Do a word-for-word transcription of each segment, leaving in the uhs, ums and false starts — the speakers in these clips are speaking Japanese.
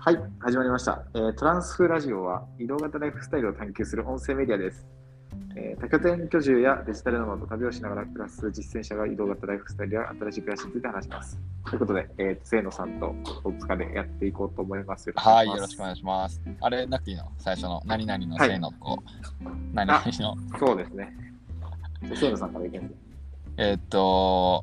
はい、始まりました、えートランスフラジオは移動型ライフスタイルを探求する音声メディアです。えー多拠点居住やデジタルノマド、旅をしながら暮らす実践者が移動型ライフスタイルや新しい暮らしについて話します。ということで、えー、清野さんとお疲れやっていこうと思います。 はい、よろしくお願いします。あれ、なくていいの最初の何々のせーのと、はい、何々の。 そうですね。清野さんからいきます。 えーっと、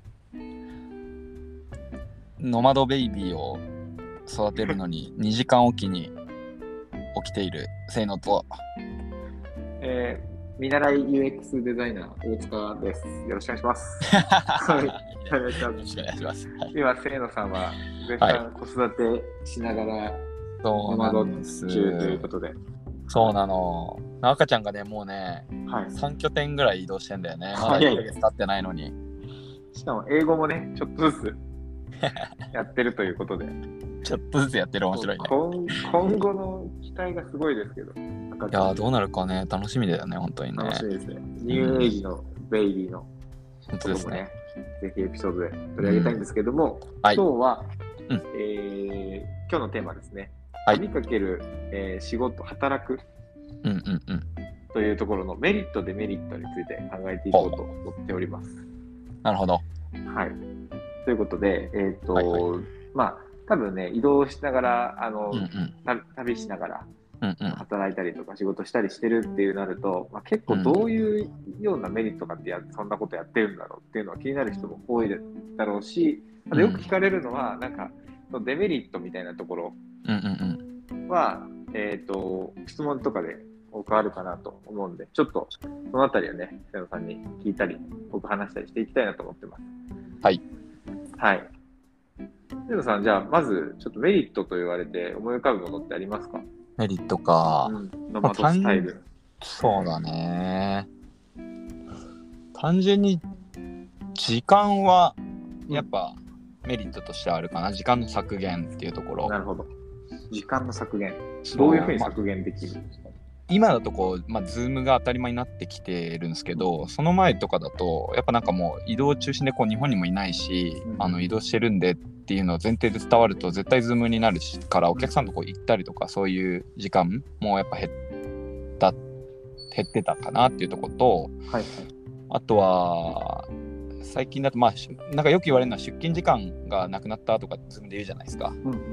ノマドベイビーを育てるのににじかんおきに起きているせーのと、 えー、見習い ユーエックス デザイナー大塚です。よろしくお願いします。はい、よろしくお願いします。今、清野さんは絶賛子育てしながら、はい、 そうなんです中ということで。 そうなの。赤ちゃんがね、もうね、はい、さん拠点ぐらい移動してんだよね。まだいっかげつ経ってないのに。 しかも英語もね、ちょっとずつやってるということで。 ちょっとずつやってる面白いね。 今後の期待がすごいですけど。いやー、どうなるかね、楽しみだよね、本当にね。 楽しみですね。ニューエイジのベイビーのこともね、 うん、ねぜひエピソードで取り上げたいんですけども、うん、今日は、うんえー、今日のテーマですね。 はい、 旅かける、えー、仕事、働く、 うんうんうん、 というところのメリット、デメリットについて考えていこうと思っております。 なるほど。 はい。ということで、えっと、はいはい、まあ、多分ね、移動しながら、あの、うんうん、旅しながら、うんうん、働いたりとか仕事したりしてるっていうなると、まあ、結構どういうようなメリットがあってやそんなことやってるんだろうっていうのは気になる人も多いだろうし、あとよく聞かれるのは、なんかデメリットみたいなところは、うんうんうん、えっと、質問とかで多くあるかなと思うんで、ちょっとそのあたりはね、瀬野さんに聞いたり、僕話したりしていきたいなと思ってます。 はい。 はい。瀬野さん、じゃあまずちょっとメリットと言われて思い浮かぶものってありますか？ メリットか、うん、 ノマドスタイル。 そうだね。単純に時間はやっぱメリットとしてあるかな。時間の削減っていうところ。 なるほど。時間の削減。どういうふうに削減できるんですか？まあ、 今だとこう、まあ、ズームが当たり前になってきてるんですけど、その前とかだとやっぱなんかもう移動中心でこう日本にもいないし、うん、あの移動してるんでっていうのを前提で伝わると絶対ズームになるからお客さんとこう行ったりとかそういう時間もやっぱ減った減ってたかなっていうところと、はいはい、あとは最近だとまあなんかよく言われるのは出勤時間がなくなったとかズームで言うじゃないですか、うんうん、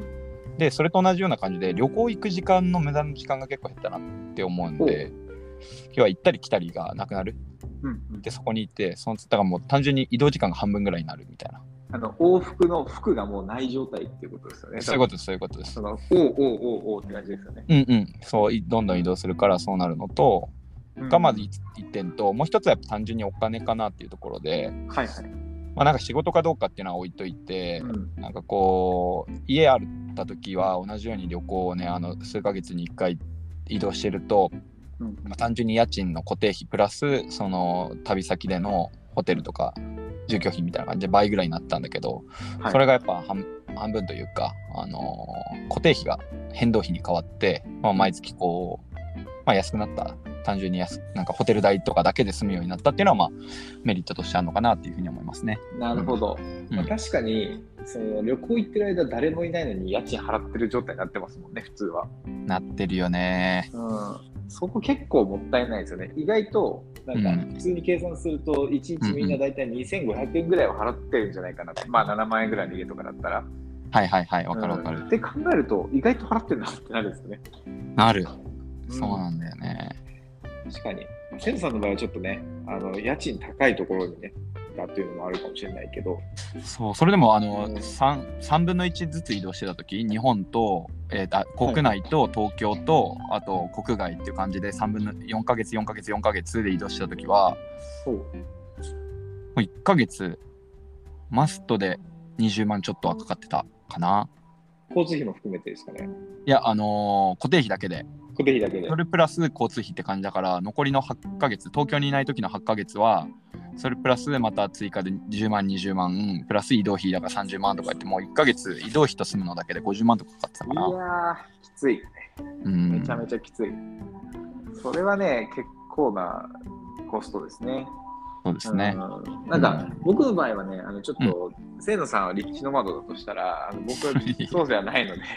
でそれと同じような感じで旅行行く時間の無駄な時間が結構減ったなって思うんで今日は行ったり来たりがなくなる、うんうん、でそこに行ってそのだからもう単純に移動時間が半分ぐらいになるみたいなあの往復の服がもうない状態っていうことですよね。 そういうことです、そういうことです。 そのおーおーおーおーって感じですよね。 うんうん、そうどんどん移動するからそうなるのと、うん、がまずいってんと、もう一つはやっぱ単純にお金かなっていうところで、はいはい。まあなんか仕事かどうかっていうのは置いといて、うん、なんかこう家あった時は同じように旅行をねあの数ヶ月にいっかい移動してると、うんまあ、単純に家賃の固定費プラスその旅先でのホテルとか住居費みたいな感じで倍ぐらいになったんだけど、はい、それがやっぱ 半, 半分というか、あのー、固定費が変動費に変わって、まあ、毎月こう、まあ、安くなった単純に安なんかホテル代とかだけで済むようになったっていうのは、まあ、メリットとしてあるのかなっていうふうに思いますね。 なるほど、うんまあ、確かにその旅行行ってる間誰もいないのに家賃払ってる状態になってますもんね普通は。 なってるよね、 うん、そこ結構もったいないですよね。意外となんか普通に計算するといちにちみんなだいたいにせんごひゃくえんぐらいは払ってるんじゃないかなと、うんうん、まあななまんえんぐらいの家とかだったらはいはいはいわかるわかる、 うん、って考えると意外と払ってるなってなるんですよね。 なる、うん、そうなんだよね。 確かにセンさんの場合はちょっとねあの家賃高いところにねだっていうのもあるかもしれないけど、 そうそれでもあの、うん、3, 3分のいちずつ移動してた時日本と、えー、国内と東京と、はい、あと国外っていう感じでさんぶんのよんかげつよんかげつよんかげつで移動した時はそうもういっかげつマストでにじゅうまんちょっとはかかってたかな。 交通費も含めてですかね。 いやあのー、固定費だけで固定費だけでそれプラス交通費って感じだから残りのはちかげつ東京にいない時のはちかげつはそれプラスまた追加でじゅうまんにじゅうまんプラス移動費だからさんじゅうまんとか言ってもういっかげつ移動費と住むのだけでごじゅうまんとかかかってたかな。 いやーきつい、うん、めちゃめちゃきつい。それはね結構なコストですね。 そうですね、 うん、なんか、うん、僕の場合はねあのちょっと、うん、清野さんは立地ノマドだとしたらあの僕はそうではないので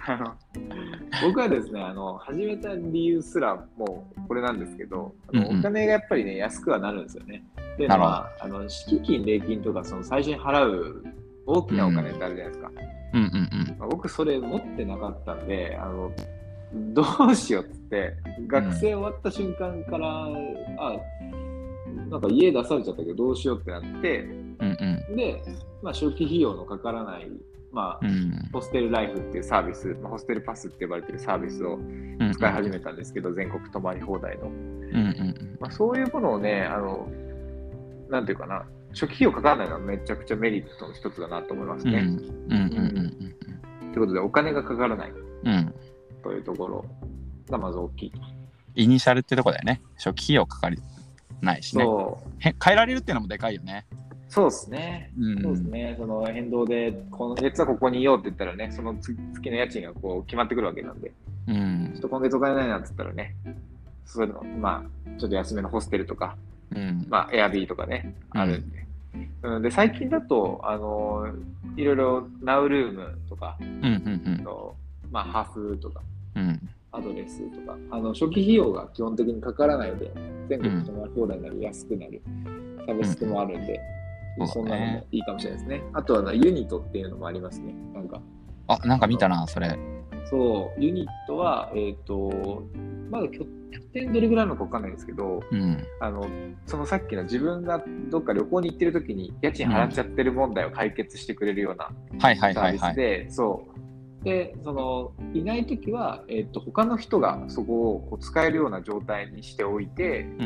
あの僕はですね、あの始めた理由すらもうこれなんですけど、あの、うんうん、お金がやっぱりね安くはなるんですよね。っていうのは、あの敷金礼金とかその最初に払う大きなお金ってあるじゃないですか。 うんうんうんまあ、僕それ持ってなかったんで、あのどうしようっつって学生終わった瞬間から、うん、あなんか家出されちゃったけどどうしようってなって、 うんうん、 で、まあ、初期費用のかからない、まあうん、ホステルライフっていうサービス、まあ、ホステルパスって呼ばれてるサービスを使い始めたんですけど、うんうん、全国泊まり放題の、うんうんまあ、そういうものをね、あのなんていうかな、初期費用かからないのはめちゃくちゃメリットの一つだなと思いますね。ということでお金がかからない、うん、というところがまず大きい。 イニシャルってとこだよね。初期費用かかりないしね。そう変えられるっていうのもでかいよね。 そうですね。うん、そうですね。その変動でこの月はここにいようって言ったらね、その月の家賃がこう決まってくるわけなんで、うん、ちょっと今月お金ないなって言ったらね、そういうのまあちょっと安めのホステルとか、うん、まあエアビーとかね、うん、あるんで、うん、で最近だとあのいろいろナウルームとか、うんうんうん、とまあハーフとか。うんアドレスとかあの初期費用が基本的にかからないので全国泊まり放題になる、安くなるサブスクもあるんで、うん、そんなのもいいかもしれないですね。あとはユニットっていうのもありますね。なんかあなんか見たなそれ。 そうユニットはえっ、ー、とまだ拠点どれぐらいなのか分かんないんですけど、うん、あのそのさっきの自分がどっか旅行に行ってる時に家賃払っちゃってる問題を解決してくれるようなサービスで、そうでそのいないときは、えーと、他の人がそこをこう使えるような状態にしておいて、うん、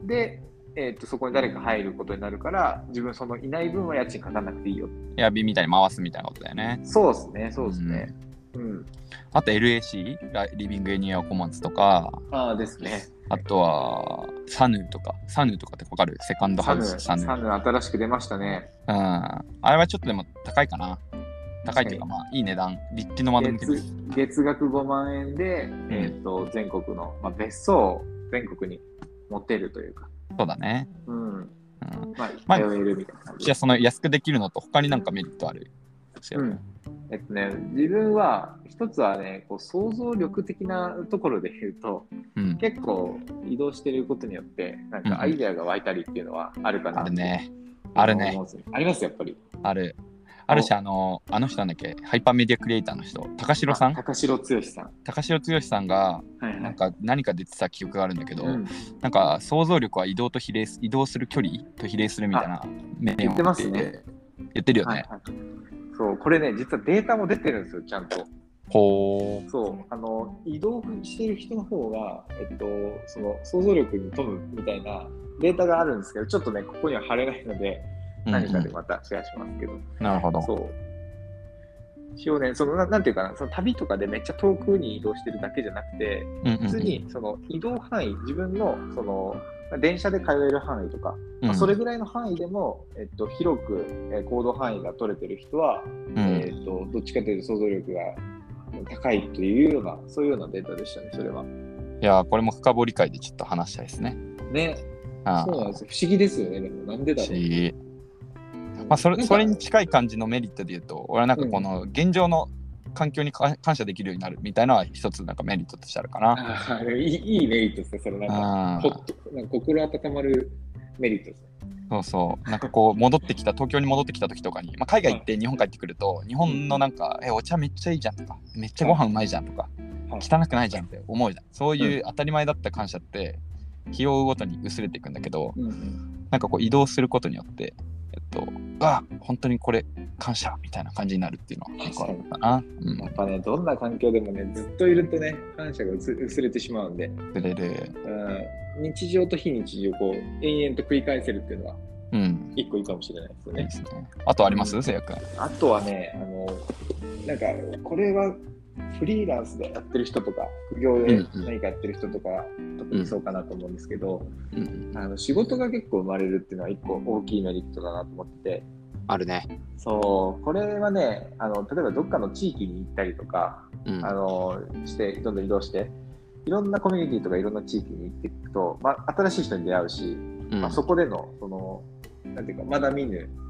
で、えーと、そこに誰か入ることになるから自分そのいない分は家賃かかんなくていいよ。 エアビーみたいに回すみたいなことだよね。 そうですね、そうですね。うんうん、 あと エルエーシー リビングエニアコモンズとか、 あですね。 あとはサヌーとか、サヌーとかってわかる？セカンドハウスサヌー。サヌー新しく出ましたね。 うん。あれはちょっとでも高いかな。高いというか、まあ、いい値段、立地の窓向きです。 月額ごまんえんで、うん、えーと、全国の、まあ、別荘を全国に持てるというか。 そうだね。 うん。うん、まあ、通えるみたいな感じ。 じゃあ、その安くできるのと、他になんかメリットある？ うん。えっとね、自分は、一つはね、こう想像力的なところで言うと、うん、結構移動してることによって、なんかアイデアが湧いたりっていうのはあるかな、うん。あるね。 あるね。 ありますやっぱり。 ある。あるし、あの、あの人なんだっけ、ハイパーメディアクリエイターの人、高城さん高城剛さん。 高城剛さんが、なんか何か出てた記憶があるんだけど、はいはい、なんか想像力は移動と比例す、移動する距離と比例するみたいな面を言ってますね。 言ってるよね、 はいはい。そう、これね、実はデータも出てるんですよ、ちゃんと。 ほう。そう、あの、移動してる人の方が、えっと、その想像力に富むみたいなデータがあるんですけど、ちょっとね、ここには貼れないので、何かでまたシェアしますけど、うんうん、 なるほど。 そう一応ね、そのな、なんていうかな、その旅とかでめっちゃ遠くに移動してるだけじゃなくて、うんうんうん、普通にその移動範囲、自分のその電車で通える範囲とか、うんまあ、それぐらいの範囲でも、えっと、広く、えー、行動範囲が取れてる人は、うんえー、とどっちかというと想像力が高いというような、そういうようなデータでしたね、それは。 いやー、これも深掘り会でちょっと話したいですね。 ね。あそうなんですよ。不思議ですよね、でもなんでだろう。不思議。 まあ、それ、それに近い感じのメリットで言うと、俺はなんかこの現状の環境に感謝できるようになるみたいなのは一つなんかメリットとしてあるかな。 あいい、いいメリットですね、それなんか、ほっとなんか心温まるメリットですね。 そうそう、なんかこう戻ってきた、東京に戻ってきた時とかに、まあ、海外行って日本帰ってくると、日本のなんか、え、お茶めっちゃいいじゃんとか、めっちゃご飯うまいじゃんとか、汚くないじゃんって思うじゃん。そういう当たり前だった感謝って、日を追うごとに薄れていくんだけど、なんかこう移動することによって、えっと、あ、本当にこれ感謝みたいな感じになるっていうのは結構あるかな。 うん、やっぱね、どんな環境でもね、ずっといるとね、感謝が薄れてしまうんで、 薄れる、 うん、日常と非日常をこう延々と繰り返せるっていうのは、うん、一個いいかもしれないですよね。いいですね。 あとあります？せいやくん。 あとはね、あの、なんか、これはフリーランスでやってる人とか、副業で何かやってる人とか、うんうん、特にそうかなと思うんですけど、うん、あの仕事が結構生まれるっていうのは一個大きいメリットだなと思ってて。 あるね。 そう、これはね、あの例えばどっかの地域に行ったりとか、うん、あのしてどんどん移動して、いろんなコミュニティとかいろんな地域に行っていくと、まあ、新しい人に出会うし、うんまあ、そこでのそのなんていうかまだ見ぬ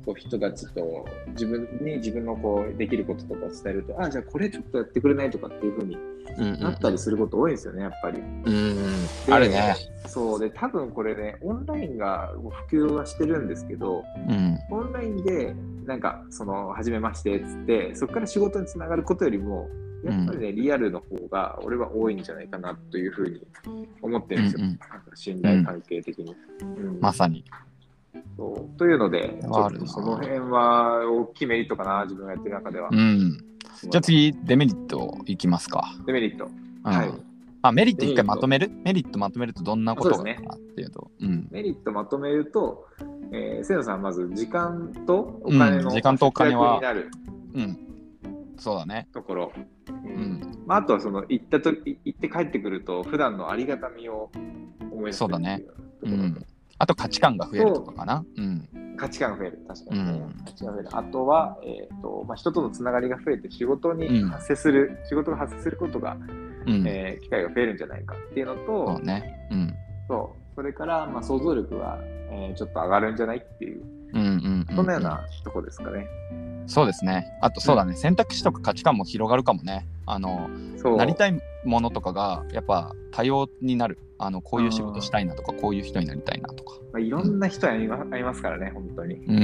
こう人たちと自分に自分のこうできることとかを伝えると、あ、じゃあこれちょっとやってくれないとかっていう風になったりすること多いんですよね、やっぱり。 うん、あるね。 そうで、多分これね、オンラインが普及はしてるんですけど、うん、オンラインでなんかその初めましてっつってそこから仕事につながることよりもやっぱりね、うん、リアルの方が俺は多いんじゃないかなというふうに思ってるんですよ、うんうん、なんか信頼関係的に、 うんうん、まさにそうというのでちょっとその辺は大きいメリットかな、自分がやってる中では、 うん、じゃあ次デメリットいきますか。 デメリット、うん、 はい。あ、メリット一回まとめる？メリットまとめるとどんなことがあるかっていうと、 うん、メリットまとめると、えー、せのさんまず時間とお金の、うん、時間とお金はになる、 うん、そうだね。 ところ、うんうんまあ、あとはその行ったと行って帰ってくると普段のありがたみを思い出す。 そうだね。うん。あと価値観が増えるとかかな。うん。 価値観が増える、確かに、ねうん、価値観が増える。あとは、えーとまあ、人とのつながりが増えて仕事に発生する、うん、仕事が発生することが、うんえー、機会が増えるんじゃないかっていうのと、 そうね。うん。 そう。それから、まあ、想像力が、えー、ちょっと上がるんじゃないっていう、 うんうんうんうん、 そんなようなとこですかね。 そうですね。あとそうだね、うん、選択肢とか価値観も広がるかもね。あのなりたいものとかがやっぱ多様になる。あのこういう仕事したいなとか、こういう人になりたいなとか。 まあ、いろんな人ありますからね、本当に。 うん。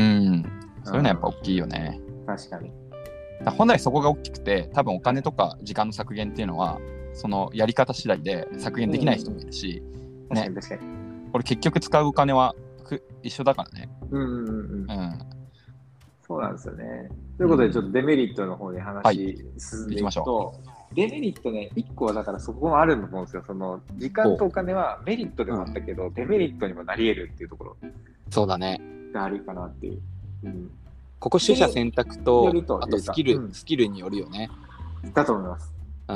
そういうのはやっぱ大きいよね。 確かに。 本来そこが大きくて、多分お金とか時間の削減っていうのは、そのやり方次第で削減できない人もいるし、 うん、ね、確かに確かに。 これ結局使うお金は一緒だからね。 うんうんうん。うんそうなんですよね。ということで、ちょっとデメリットの方に話進んでいくと、はい、デメリットね、いっこはだからそこもあると思うんですよ。その時間とお金はメリットでもあったけど、うん、デメリットにもなり得るっていうところそうだねがあるかなっていう。うん、 ここ取捨選択と、あとスキル、うん、スキルによるよね。 だと思います。 うん、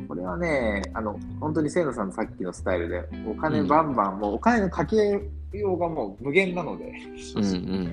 これはね、あの本当に清野さんのさっきのスタイルで、お金バンバン、うん、もうお金のかけようがもう無限なので、 うんうん、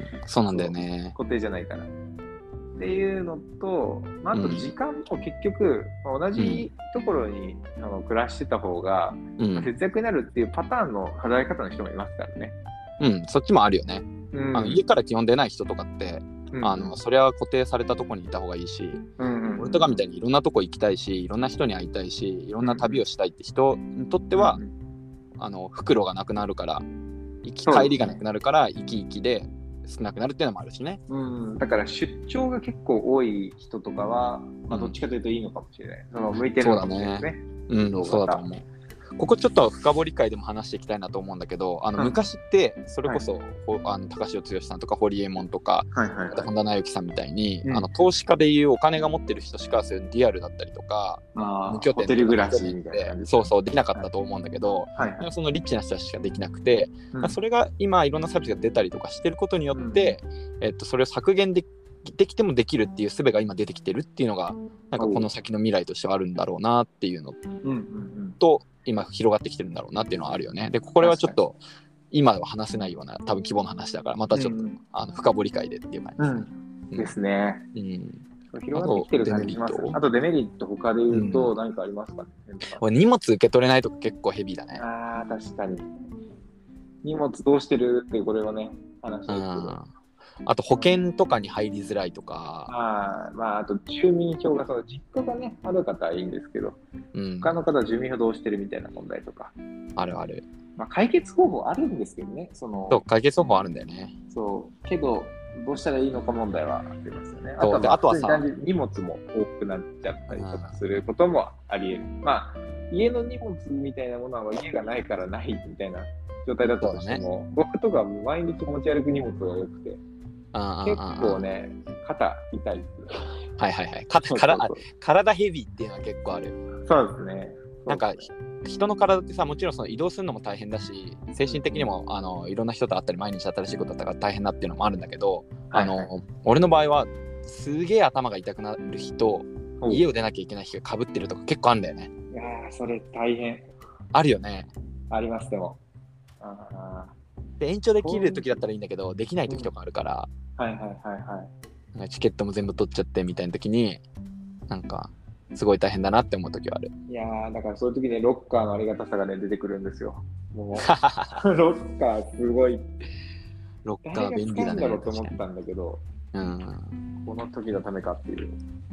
そうなんだよね。 固定じゃないから。っていうのと、まあ、あと時間も結局、うん、同じところに、うん、あの暮らしてた方が、うんまあ、節約になるっていうパターンの働き方の人もいますからね。 うん、そっちもあるよね。うん、あの家から基本出ない人とかって、うん、あのそれは固定されたところにいた方がいいし、うんうんうん、俺とかみたいにいろんなとこ行きたいし、いろんな人に会いたいし、いろんな旅をしたいって人にとっては、うんうん、あの袋がなくなるから、行き帰りがなくなるから行き行きで少なくなるっていうのもあるしね。 うん、だから出張が結構多い人とかは、まあ、どっちかというといいのかもしれない。その向いてるのかもしれないですね。 うん、そうだと思う。ここちょっと深掘り会でも話していきたいなと思うんだけど、あの、うん、昔ってそれこそ、はい、あの高橋剛さんとか堀江門とか、はいはいはい、本田直之さんみたいに、うん、あの投資家でいうお金が持ってる人しかそういうリアルだったりとか、無拠点とかホテル暮らしみたいなそうそうできなかったと思うんだけど、はいはい、そのリッチな人たちしかできなくて、うん、それが今いろんなサービスが出たりとかしてることによって、うんえっと、それを削減できできてもできるっていう術が今出てきてるっていうのがなんかこの先の未来としてはあるんだろうなっていうのと、うんうんうん、今広がってきてるんだろうなっていうのはあるよね。でこれはちょっと今は話せないような多分規模の話だからまたちょっと、うん、あの深掘り会でっていう感じですね。 うん、ですね。うん、広がってきてる感じします。あとデメリット他で言うと何かありますかね。 うん、荷物受け取れないとか結構ヘビーだね。 ああ確かに。荷物どうしてるってこれはね話ですけど。 あと保険とかに入りづらいとか、 あ, まあ、あと住民票がその実家がねある方はいいんですけど、うん、他の方は住民票どうしてるみたいな問題とかあるある、 まあ、解決方法あるんですけどねそのそう解決方法あるんだよね。 そうけどどうしたらいいのか問題はありますよね。あとは、まあ、あとはさ荷物も多くなっちゃったりとかすることもあり得る、うん、まあ家の荷物みたいなものは家がないからないみたいな状態だったとしても、ね、僕とか毎日持ち歩く荷物が多くてあ結構ね肩痛いです。 はいはいはい肩から体ヘビーっていうのは結構ある。 そうですね。 なんか人の体ってさもちろんその移動するのも大変だし精神的にもあのいろんな人と会ったり毎日新しいことだったから大変だっていうのもあるんだけど、はいはい、あの俺の場合はすげえ頭が痛くなる日と家を出なきゃいけない日がかぶってるとか結構あるんだよね。 いやーそれ大変あるよね。 ありますでもあで延長できる時だったらいいんだけどできない時とかあるから、 うん、はいはいはいはいチケットも全部取っちゃってみたいな時になんかすごい大変だなって思う時はある。 いやーだからそういう時ねロッカーのありがたさがね出てくるんですよ。もうロッカーすごいロッカー便利だね。 誰が使うんだろうと思ったんだけど、うん、この時のためかっていう。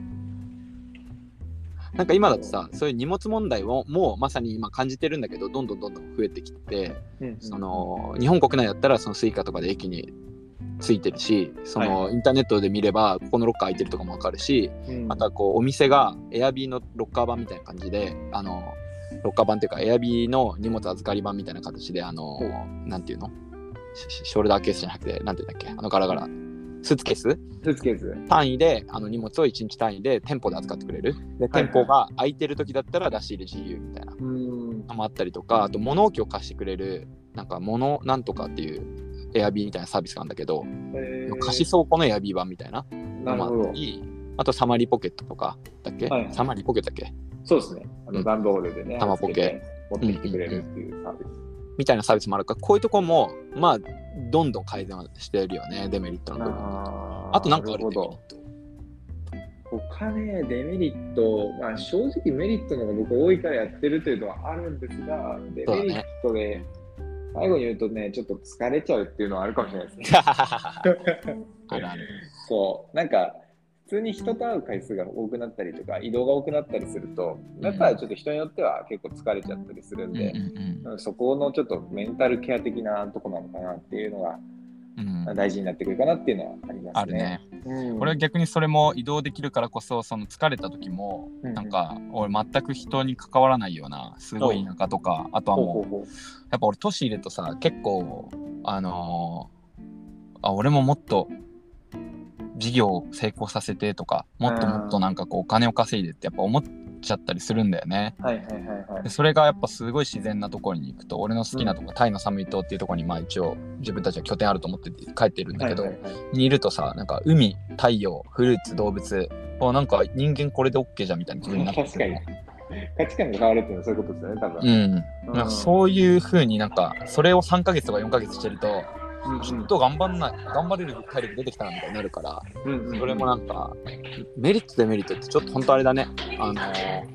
なんか今だとさ、そういう荷物問題をもうまさに今感じてるんだけど、どんどんどんどん増えてきて、うんうん、その日本国内だったらそのスイカとかで駅についてるし、その、はい、インターネットで見ればここのロッカー空いてるとかも分かるし、うん、あとはこうお店がエアビーのロッカー版みたいな感じで、あのロッカー版っていうかエアビーの荷物預かり版みたいな形で、あの、うん、なんていうの、ショルダーケースじゃなくて、なんていうんだっけ、あのガラガラスーツケーススーツケース単位であの荷物をいちにち単位で店舗で扱ってくれる。で、店舗が空いてる時だったら出し入れ自由みたいなのもあったりとか、あと物置を貸してくれるなんか物なんとかっていうエアビーみたいなサービスがあるんだけど、貸し倉庫のエアビー版みたいなのもあったり、あとサマリーポケットとかだっけ、はいはい、サマリーポケットだっけ。 そうですね、あの段ボールでね、 サマポケ持ってきてくれるっていうサービス、うんうん、 みたいなサービスもあるから、こういうところもまあどんどん改善してるよね、デメリットの部分。あ, あとなんかあるデメリット。 他ね、デメリット、まあ正直メリットの方が僕多いからやってるというのはあるんですが、デメリットで、ね、最後に言うとね、ちょっと疲れちゃうっていうのはあるかもしれないですね。あるある。そう、なんか普通に人と会う回数が多くなったりとか移動が多くなったりすると、だからちょっと人によっては結構疲れちゃったりするんで、うんうんうん、そこのちょっとメンタルケア的なとこなのかなっていうのが、うん、大事になってくるかなっていうのはありますね。 あるね。うん、俺は逆にそれも移動できるからこそ、その疲れた時も、うんうん、なんか俺全く人に関わらないようなすごい田舎とか、あとはもう、ほうほうほう、やっぱ俺都市いるとさ、結構あのー、あ俺ももっと事業を成功させてとか、もっともっとなんかこうお金を稼いでってやっぱ思っちゃったりするんだよね。 はいはいはいはい。 でそれがやっぱすごい自然なところに行くと、俺の好きなところ、うん、タイのサムイ島っていうところにまあ一応自分たちは拠点あると思って帰ってるんだけど、はいはいはい、にいるとさ、なんか海、太陽、フルーツ、動物、あなんか人間これで OK じゃんみたいな気分になってくる。 確かに。価値観が変わるっていうのはそういうことですよね、多分。 うん。うん、なんかそういう風になんかそれをさんかげつとかよんかげつしてると。きっと頑張んない、頑張れる体力出てきたなみたいになるから、うんうんうん、それもなんかメリットデメリットってちょっと本当あれだね、あの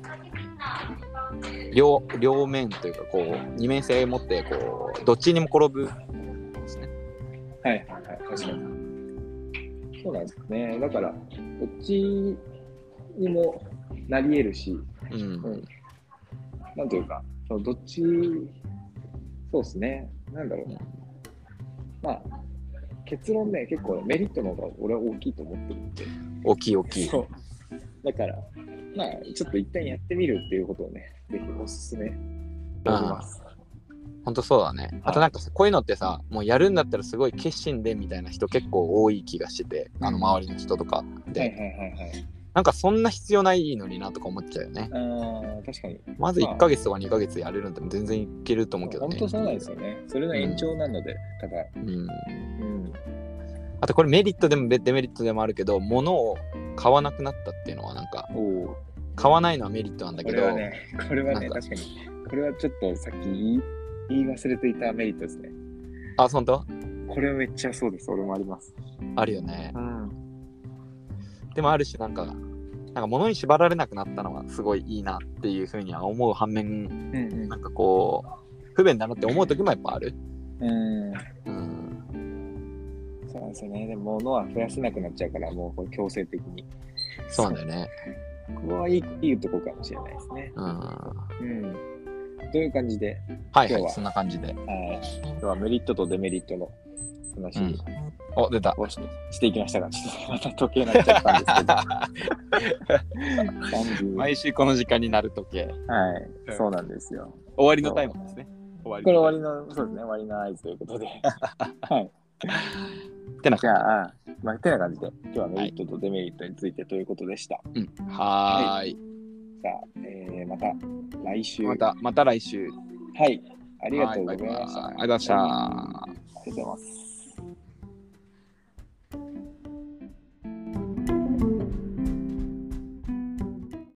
ー、両両面というかこう二面性を持ってこうどっちにも転ぶですね。 はいはいはい、確かに。そうなんですね。だからどっちにもなり得るし、うんうん、なんというかそのどっち、そうですね。なんだろう。うん、まあ、結論ね、結構メリットの方が俺は大きいと思ってるんで。 大きい大きい。 そう。だから、まあ、ちょっと一旦やってみるっていうことをね、ぜひおすすめしております。 ほんとそうだね。あとなんかこういうのってさ、もうやるんだったらすごい決心でみたいな人結構多い気がしてて、うん、あの周りの人とかで。はいはいはいはい。なんかそんな必要ないのになとか思っちゃうよね。 あ、確かに。 まずいっかげつとかにかげつやれるんでも全然いけると思うけどね。 本当そうなんですよね。それの延長なので、うん、ただ。うん。うん。 あとこれメリットでもデメリットでもあるけど、物を買わなくなったっていうのはなんか、買わないのはメリットなんだけど。 これはね、これはね、確かに。これはちょっとさっき言い、言い忘れていたメリットですね。 あ、本当？ これはめっちゃそうです。俺もあります。 あるよね。うん。でもあるし、なんか、なんか物に縛られなくなったのはすごいいいなっていうふうには思う反面、うんうん、なんかこう不便だなって思う時もやっぱある。うん。うん、 そうなんですよね。でも物は増やせなくなっちゃうから、もうこれ強制的に。 そうなんだよね。 ここはいい、いいとこかもしれないですね。うん。うん。という感じで、 はいはい、そんな感じで。はい。 今日はメリットとデメリットの話。うん、 お、出た。 していきましたが、ちょっとまた時計になっちゃったんですけど。 毎週この時間になる時計。 はい、そうなんですよ。 終わりのタイムですね。 終わりこれ終わりの、そうですね、終わりの合図ということで。はい。 てな感じ。じゃあ、まあ、てな感じで、今日はメリットとデメリットについてということでした。 はい、うん。はーい。 じゃあ、えー、また来週。 また、また来週。 はい。ありがとうございました。 ありがとうございました。 ありがとうございます。